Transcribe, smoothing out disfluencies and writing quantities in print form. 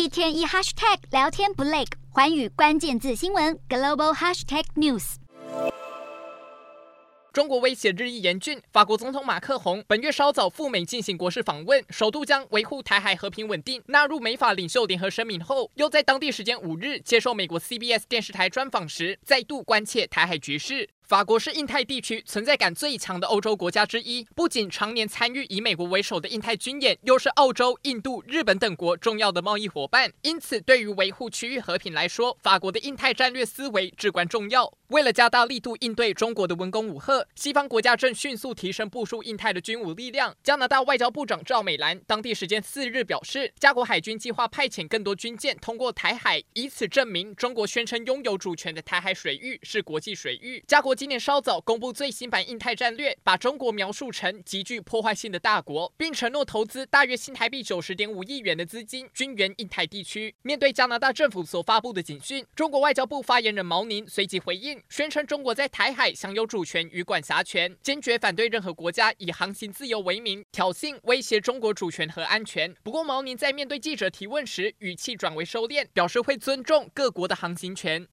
一天一 hashtag 聊天不累，寰宇关键字新闻 global hashtag news。 中国威胁日益严峻，法国总统马克宏本月稍早赴美进行国事访问，首度将维护台海和平稳定纳入美法领袖联合声明后，又在当地时间5日接受美国 CBS 电视台专访时，再度关切台海局势。法国是印太地区存在感最强的欧洲国家之一，不仅常年参与以美国为首的印太军演，又是澳洲、印度、日本等国重要的贸易伙伴。因此，对于维护区域和平来说，法国的印太战略思维至关重要。为了加大力度应对中国的文攻武吓，西方国家正迅速提升部署印太的军武力量。加拿大外交部长赵美兰当地时间4日表示，加国海军计划派遣更多军舰通过台海，以此证明中国宣称拥有主权的台海水域是国际水域。加国今年稍早公布最新版印太战略，把中国描述成极具破坏性的大国，并承诺投资大约新台币90.5亿元的资金军援印太地区。面对加拿大政府所发布的警讯，中国外交部发言人毛宁随即回应，宣称中国在台海享有主权与管辖权，坚决反对任何国家以航行自由为名挑衅威胁中国主权和安全。不过毛宁在面对记者提问时语气转为收敛，表示会尊重各国的航行权。